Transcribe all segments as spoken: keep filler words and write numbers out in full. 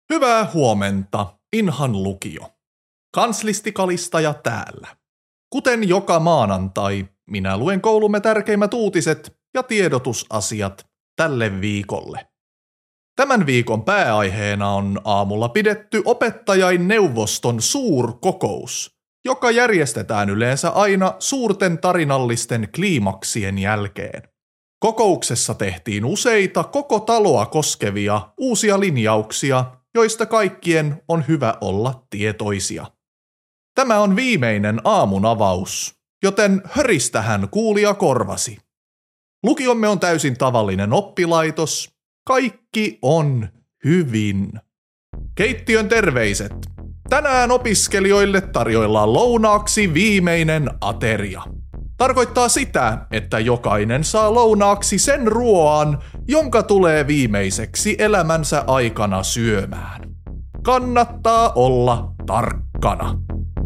Hyvää huomenta, Inhan lukio. Kanslistikalistaja täällä. Kuten joka maanantai, minä luen koulumme tärkeimmät uutiset ja tiedotusasiat tälle viikolle. Tämän viikon pääaiheena on aamulla pidetty opettajain neuvoston suurkokous, joka järjestetään yleensä aina suurten tarinallisten kliimaksien jälkeen. Kokouksessa tehtiin useita koko taloa koskevia uusia linjauksia, joista kaikkien on hyvä olla tietoisia. Tämä on viimeinen aamun avaus, joten höristähän kuulija korvasi. Lukiomme on täysin tavallinen oppilaitos. Kaikki on hyvin. Keittiön terveiset. Tänään opiskelijoille tarjoillaan lounaaksi viimeinen ateria. Tarkoittaa sitä, että jokainen saa lounaaksi sen ruoan, jonka tulee viimeiseksi elämänsä aikana syömään. Kannattaa olla tarkkana.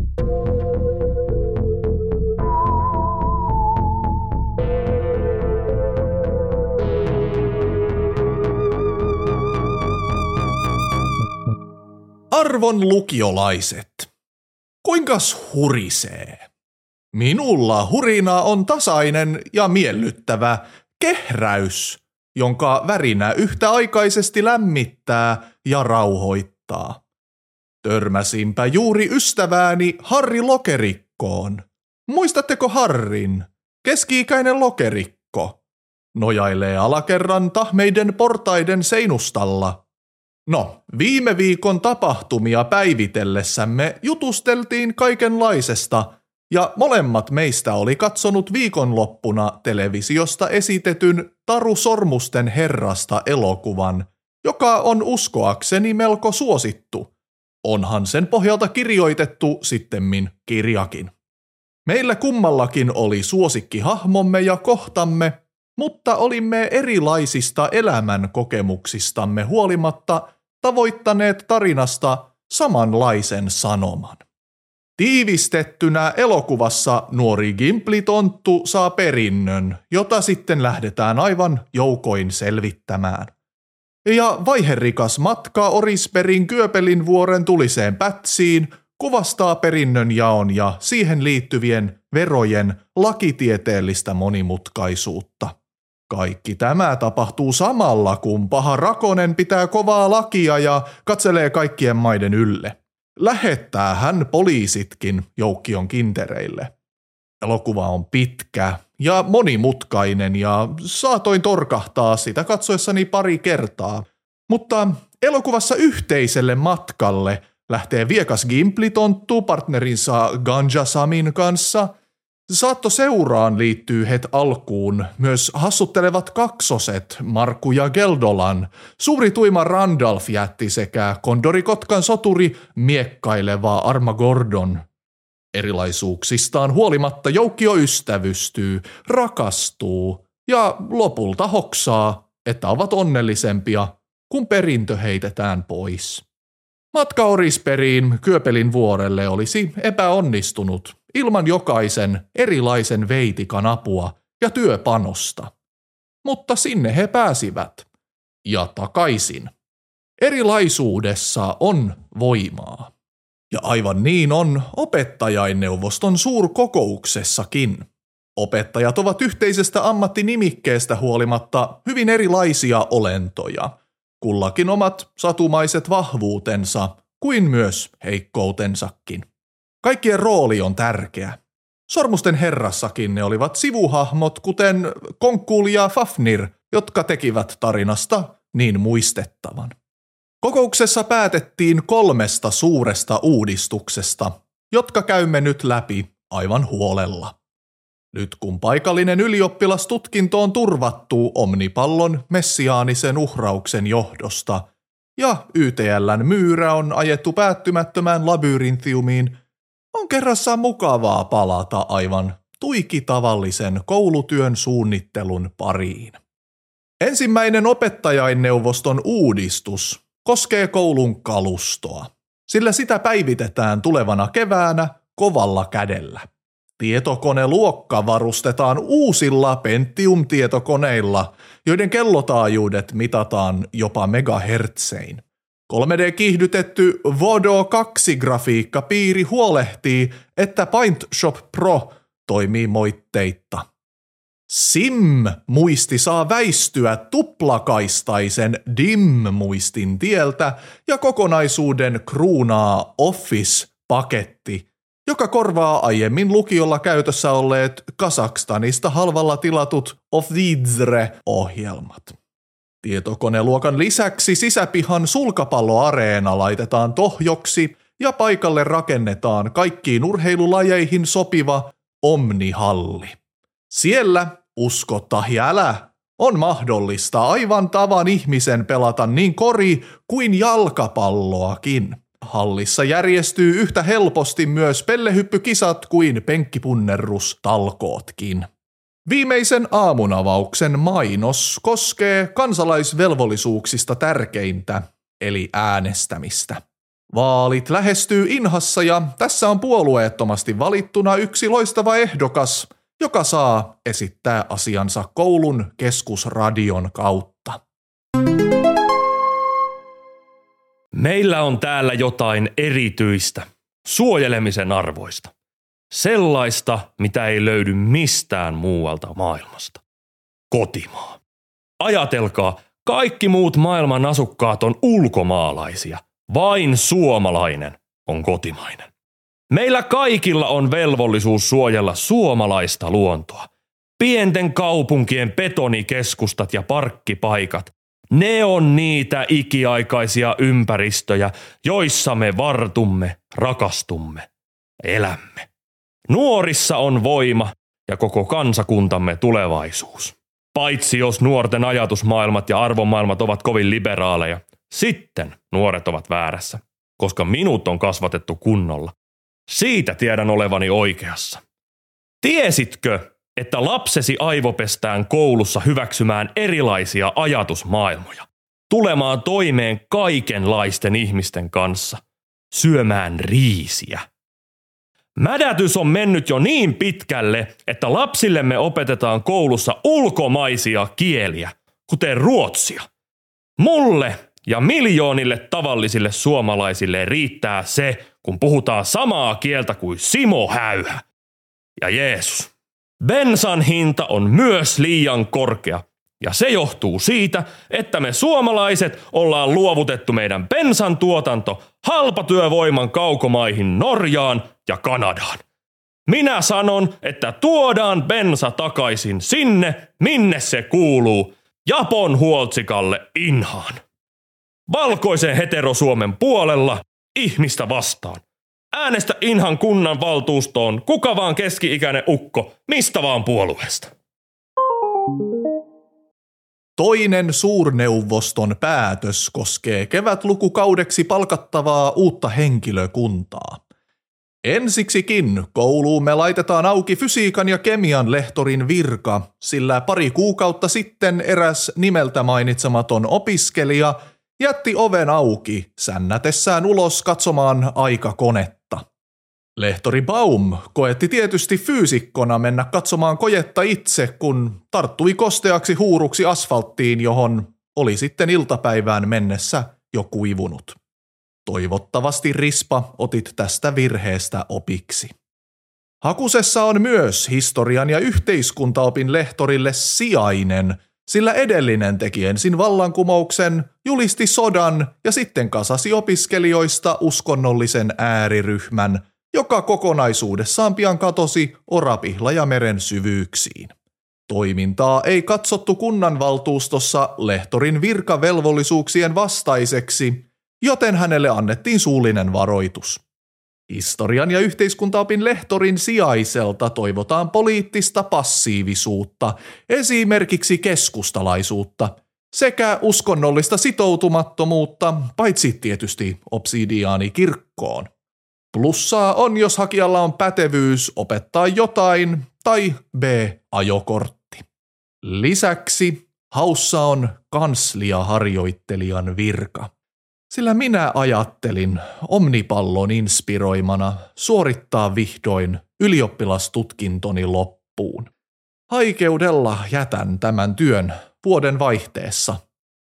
Arvon lukiolaiset, kuinkas hurisee? Minulla hurina on tasainen ja miellyttävä kehräys, jonka värinä yhtäaikaisesti lämmittää ja rauhoittaa. Törmäsinpä juuri ystävääni Harri Lokerikkoon. Muistatteko Harrin? Keski-ikäinen lokerikko. Nojailee alakerran tahmeiden portaiden seinustalla. No, viime viikon tapahtumia päivitellessämme jutusteltiin kaikenlaisesta, ja molemmat meistä oli katsonut viikonloppuna televisiosta esitetyn Taru Sormusten herrasta elokuvan, joka on uskoakseni melko suosittu. Onhan sen pohjalta kirjoitettu sittemmin kirjakin. Meillä kummallakin oli suosikkihahmomme ja kohtamme, mutta olimme erilaisista elämän kokemuksistamme huolimatta tavoittaneet tarinasta samanlaisen sanoman. Tiivistettynä elokuvassa nuori Gimpli-tonttu saa perinnön, jota sitten lähdetään aivan joukoin selvittämään. Ja vaiherikas matka Orisperin Kyöpelin vuoren tuliseen Pätsiin kuvastaa perinnön jaon ja siihen liittyvien verojen lakitieteellistä monimutkaisuutta. Kaikki tämä tapahtuu samalla, kun paha Rakonen pitää kovaa lakia ja katselee kaikkien maiden ylle. Lähettää hän poliisitkin joukkion kintereille. Elokuva on pitkä ja monimutkainen ja saatoin torkahtaa sitä katsoessani pari kertaa. Mutta elokuvassa yhteiselle matkalle lähtee viekas Gimpli-tonttu partnerinsa Ganja Samin kanssa. Saatto seuraan liittyy het alkuun myös hassuttelevat kaksoset Markku ja Geldolan, suuri tuima Randolph-jätti sekä kondorikotkan soturi miekkaileva Arma Gordon. Erilaisuuksistaan huolimatta joukkio ystävystyy, rakastuu ja lopulta hoksaa, että ovat onnellisempia, kun perintö heitetään pois. Matka Orisperiin Kyöpelin vuorelle olisi epäonnistunut ilman jokaisen erilaisen veitikan apua ja työpanosta. Mutta sinne he pääsivät. Ja takaisin. Erilaisuudessa on voimaa. Ja aivan niin on opettajainneuvoston suurkokouksessakin. Opettajat ovat yhteisestä ammattinimikkeestä huolimatta hyvin erilaisia olentoja. Kullakin omat satumaiset vahvuutensa kuin myös heikkoutensakin. Kaikkien rooli on tärkeä. Sormusten herrassakin ne olivat sivuhahmot, kuten Konkul ja Fafnir, jotka tekivät tarinasta niin muistettavan. Kokouksessa päätettiin kolmesta suuresta uudistuksesta, jotka käymme nyt läpi aivan huolella. Nyt kun paikallinen ylioppilastutkinto on turvattu Omnipallon messiaanisen uhrauksen johdosta ja Y T L:n myyrä on ajettu päättymättömään labyrinthiumiin, on kerrassaan mukavaa palata aivan tuikitavallisen koulutyön suunnittelun pariin. Ensimmäinen opettajainneuvoston uudistus koskee koulun kalustoa, sillä sitä päivitetään tulevana keväänä kovalla kädellä. Tietokoneluokka varustetaan uusilla Pentium-tietokoneilla, joiden kellotaajuudet mitataan jopa megahertsein. kolme D-kiihdytetty Vodo kaksi-grafiikkapiiri huolehtii, että PaintShop Pro toimii moitteitta. Sim-muisti saa väistyä tuplakaistaisen Dim-muistin tieltä ja kokonaisuuden kruunaa Office-paketti, joka korvaa aiemmin lukiolla käytössä olleet Kazakstanista halvalla tilatut Offidzre-ohjelmat. Tietokoneluokan lisäksi sisäpihan sulkapalloareena laitetaan tohjoksi ja paikalle rakennetaan kaikkiin urheilulajeihin sopiva Omnihalli. Siellä, usko tai älä, on mahdollista aivan tavan ihmisen pelata niin kori- kuin jalkapalloakin. Hallissa järjestyy yhtä helposti myös pellehyppykisat kuin penkkipunnerrustalkootkin. Viimeisen aamunavauksen mainos koskee kansalaisvelvollisuuksista tärkeintä, eli äänestämistä. Vaalit lähestyy inhassa ja tässä on puolueettomasti valittuna yksi loistava ehdokas, joka saa esittää asiansa koulun keskusradion kautta. Meillä on täällä jotain erityistä, suojelemisen arvoista. Sellaista, mitä ei löydy mistään muualta maailmasta. Kotimaa. Ajatelkaa, kaikki muut maailman asukkaat on ulkomaalaisia. Vain suomalainen on kotimainen. Meillä kaikilla on velvollisuus suojella suomalaista luontoa. Pienten kaupunkien betonikeskustat ja parkkipaikat, ne on niitä ikiaikaisia ympäristöjä, joissa me vartumme, rakastumme, elämme. Nuorissa on voima ja koko kansakuntamme tulevaisuus. Paitsi jos nuorten ajatusmaailmat ja arvomaailmat ovat kovin liberaaleja, sitten nuoret ovat väärässä, koska minut on kasvatettu kunnolla. Siitä tiedän olevani oikeassa. Tiesitkö, että lapsesi aivopestään koulussa hyväksymään erilaisia ajatusmaailmoja, tulemaan toimeen kaikenlaisten ihmisten kanssa, syömään riisiä? Mädätys on mennyt jo niin pitkälle, että lapsillemme opetetaan koulussa ulkomaisia kieliä, kuten ruotsia. Mulle ja miljoonille tavallisille suomalaisille riittää se, kun puhutaan samaa kieltä kuin Simo Häyhä ja Jeesus. Bensan hinta on myös liian korkea, ja se johtuu siitä, että me suomalaiset ollaan luovutettu meidän bensan tuotanto halpatyövoiman kaukomaihin Norjaan ja Kanadaan. Minä sanon, että tuodaan bensa takaisin sinne, minne se kuuluu, Japon huoltsikalle Inhaan. Valkoisen heterosuomen puolella ihmistä vastaan. Äänestä Inhan kunnan valtuustoon kuka vaan keski-ikäinen ukko, mistä vaan puolueesta. Toinen suurneuvoston päätös koskee kevätlukukaudeksi palkattavaa uutta henkilökuntaa. Ensiksikin kouluumme laitetaan auki fysiikan ja kemian lehtorin virka, sillä pari kuukautta sitten eräs nimeltä mainitsematon opiskelija jätti oven auki sännätessään ulos katsomaan aikakonetta. Lehtori Baum koetti tietysti fyysikkona mennä katsomaan kojetta itse, kun tarttui kosteaksi huuruksi asfalttiin, johon oli sitten iltapäivään mennessä jo kuivunut. Toivottavasti Rispa otit tästä virheestä opiksi. Hakusessa on myös historian ja yhteiskuntaopin lehtorille sijainen, sillä edellinen teki ensin vallankumouksen, julisti sodan ja sitten kasasi opiskelijoista uskonnollisen ääriryhmän, joka kokonaisuudessaan pian katosi Orapihlajameren syvyyksiin. Toimintaa ei katsottu kunnanvaltuustossa lehtorin virkavelvollisuuksien vastaiseksi, joten hänelle annettiin suullinen varoitus. Historian ja yhteiskuntaopin lehtorin sijaiselta toivotaan poliittista passiivisuutta, esimerkiksi keskustalaisuutta, sekä uskonnollista sitoutumattomuutta, paitsi tietysti obsidiaanikirkkoon. Plussaa on, jos hakijalla on pätevyys opettaa jotain tai B-ajokortti. Lisäksi haussa on kansliaharjoittelijan virka. Sillä minä ajattelin omnipallon inspiroimana suorittaa vihdoin ylioppilastutkintoni loppuun. Haikeudella jätän tämän työn vuoden vaihteessa.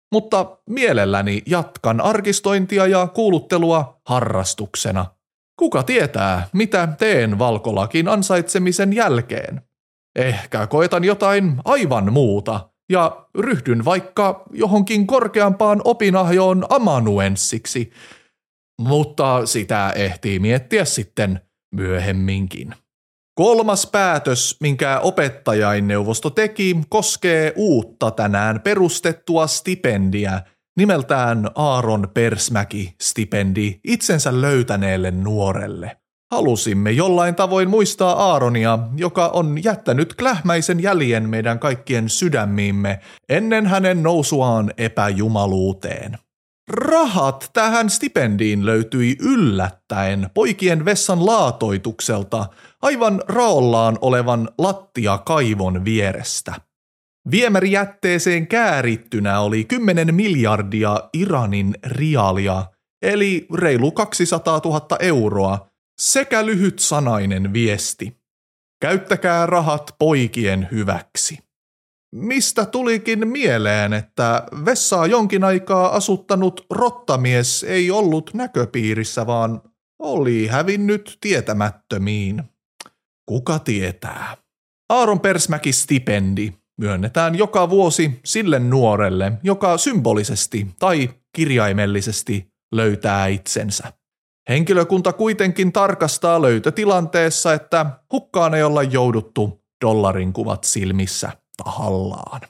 mutta mielelläni jatkan arkistointia ja kuuluttelua harrastuksena. Kuka tietää, mitä teen valkolakin ansaitsemisen jälkeen? Ehkä koetan jotain aivan muuta ja ryhdyn vaikka johonkin korkeampaan opinahjoon amanuenssiksi, mutta sitä ehtii miettiä sitten myöhemminkin. Kolmas päätös, minkä opettajainneuvosto teki, koskee uutta tänään perustettua stipendiä, nimeltään Aaron Persmäki-stipendi itsensä löytäneelle nuorelle. Halusimme jollain tavoin muistaa Aaronia, joka on jättänyt klähmäisen jäljen meidän kaikkien sydämiimme ennen hänen nousuaan epäjumaluuteen. Rahat tähän stipendiin löytyi yllättäen poikien vessan laatoitukselta aivan raollaan olevan lattiakaivon vierestä. Viemärijätteeseen käärittynä oli kymmenen miljardia Iranin rialia, eli reilu kaksisataatuhatta euroa, sekä lyhytsanainen viesti. Käyttäkää rahat poikien hyväksi. Mistä tulikin mieleen, että vessaa jonkin aikaa asuttanut rottamies ei ollut näköpiirissä, vaan oli hävinnyt tietämättömiin. Kuka tietää? Aaron Persmäki-stipendi myönnetään joka vuosi sille nuorelle, joka symbolisesti tai kirjaimellisesti löytää itsensä. Henkilökunta kuitenkin tarkastaa löytötilanteessa, että hukkaan ei olla jouduttu dollarin kuvat silmissä tahallaan.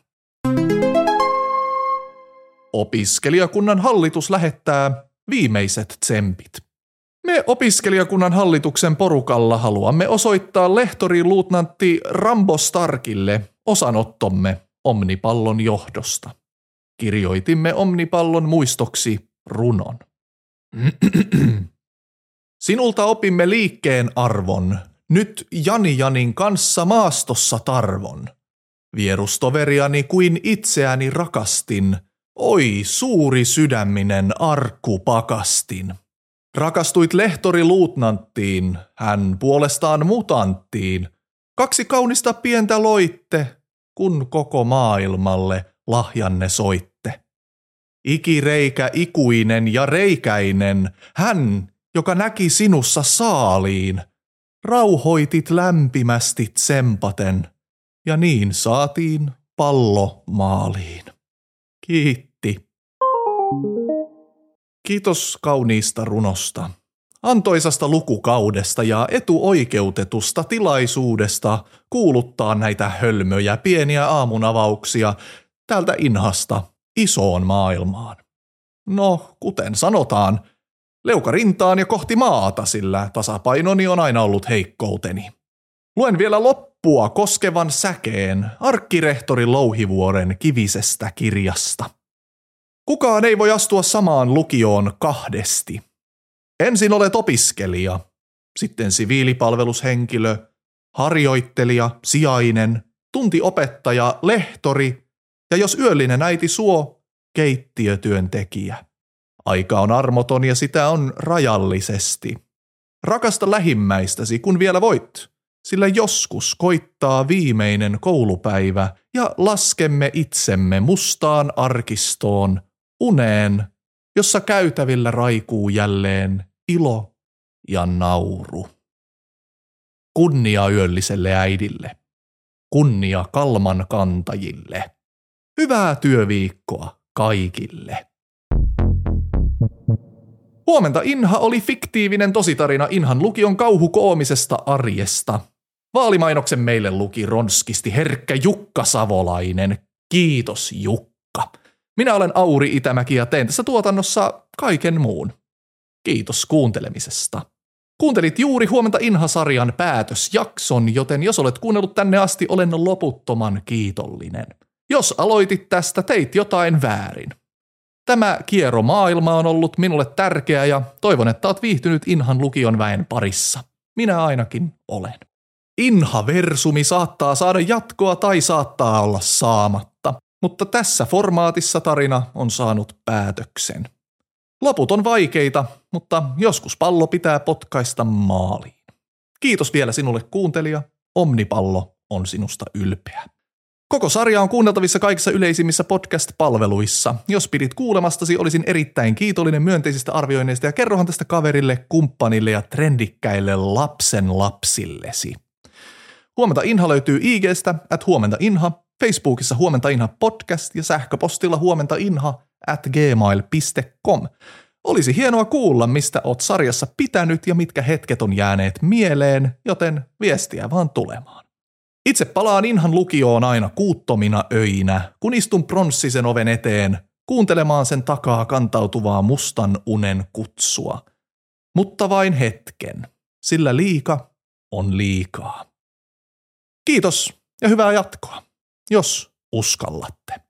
Opiskelijakunnan hallitus lähettää viimeiset tsempit. Me opiskelijakunnan hallituksen porukalla haluamme osoittaa lehtori-luutnantti Rambo Starkille osanottomme Omnipallon johdosta. Kirjoitimme Omnipallon muistoksi runon. Sinulta opimme liikkeen arvon, nyt Jani Janin kanssa maastossa tarvon. Vierustoveriani kuin itseäni rakastin, oi suuri sydäminen arkku pakastin. Rakastuit lehtori luutnanttiin, hän puolestaan mutanttiin. Kaksi kaunista pientä loitte, kun koko maailmalle lahjanne soitte. Ikireikä ikuinen ja reikäinen, hän, joka näki sinussa saaliin. Rauhoitit lämpimästi tsempaten, ja niin saatiin pallo maaliin. Kiitti. Kiitos kauniista runosta, antoisasta lukukaudesta ja etuoikeutetusta tilaisuudesta kuuluttaa näitä hölmöjä pieniä aamunavauksia täältä Inhasta isoon maailmaan. No, kuten sanotaan, leuka rintaan ja kohti maata, sillä tasapainoni on aina ollut heikkouteni. Luen vielä loppua koskevan säkeen arkkirehtori Louhivuoren kivisestä kirjasta. Kukaan ei voi astua samaan lukioon kahdesti. Ensin olet opiskelija, sitten siviilipalvelushenkilö, harjoittelija, sijainen, tuntiopettaja, lehtori ja jos yöllinen äiti suo, keittiötyöntekijä. Aika on armoton ja sitä on rajallisesti. Rakasta lähimmäistäsi, kun vielä voit, sillä joskus koittaa viimeinen koulupäivä ja laskemme itsemme mustaan arkistoon, uneen, jossa käytävillä raikuu jälleen ilo ja nauru. Kunnia yölliselle äidille. Kunnia kalman kantajille. Hyvää työviikkoa kaikille. Huomenta Inha oli fiktiivinen tositarina Inhan lukion kauhukoomisesta arjesta. Vaalimainoksen meille luki ronskisti herkkä Jukka Savolainen. Kiitos Jukka. Minä olen Auri Itämäki ja teen tässä tuotannossa kaiken muun. Kiitos kuuntelemisesta. Kuuntelit juuri Huomenta Inha-sarjan päätösjakson, joten jos olet kuunnellut tänne asti, olen loputtoman kiitollinen. Jos aloitit tästä, teit jotain väärin. Tämä kierro maailma on ollut minulle tärkeä ja toivon, että olet viihtynyt Inhan lukion väen parissa. Minä ainakin olen. Inha-versumi saattaa saada jatkoa tai saattaa olla saamatta, mutta tässä formaatissa tarina on saanut päätöksen. Loput on vaikeita, mutta joskus pallo pitää potkaista maaliin. Kiitos vielä sinulle kuuntelija. Omnipallo on sinusta ylpeä. Koko sarja on kuunneltavissa kaikissa yleisimmissä podcast-palveluissa. Jos pidit kuulemastasi, olisin erittäin kiitollinen myönteisistä arvioinneista ja kerrohan tästä kaverille, kumppanille ja trendikkäille lapsen lapsillesi. Huomenta Inha löytyy I G:stä at huomenta Inha, Facebookissa Huomenta Inha podcast ja sähköpostilla huomentainha at gmail piste com. Olisi hienoa kuulla, mistä oot sarjassa pitänyt ja mitkä hetket on jääneet mieleen, joten viestiä vaan tulemaan. Itse palaan Inhan lukioon aina kuuttomina öinä, kun istun pronssisen oven eteen, kuuntelemaan sen takaa kantautuvaa mustan unen kutsua. Mutta vain hetken, sillä liika on liikaa. Kiitos ja hyvää jatkoa, jos uskallatte.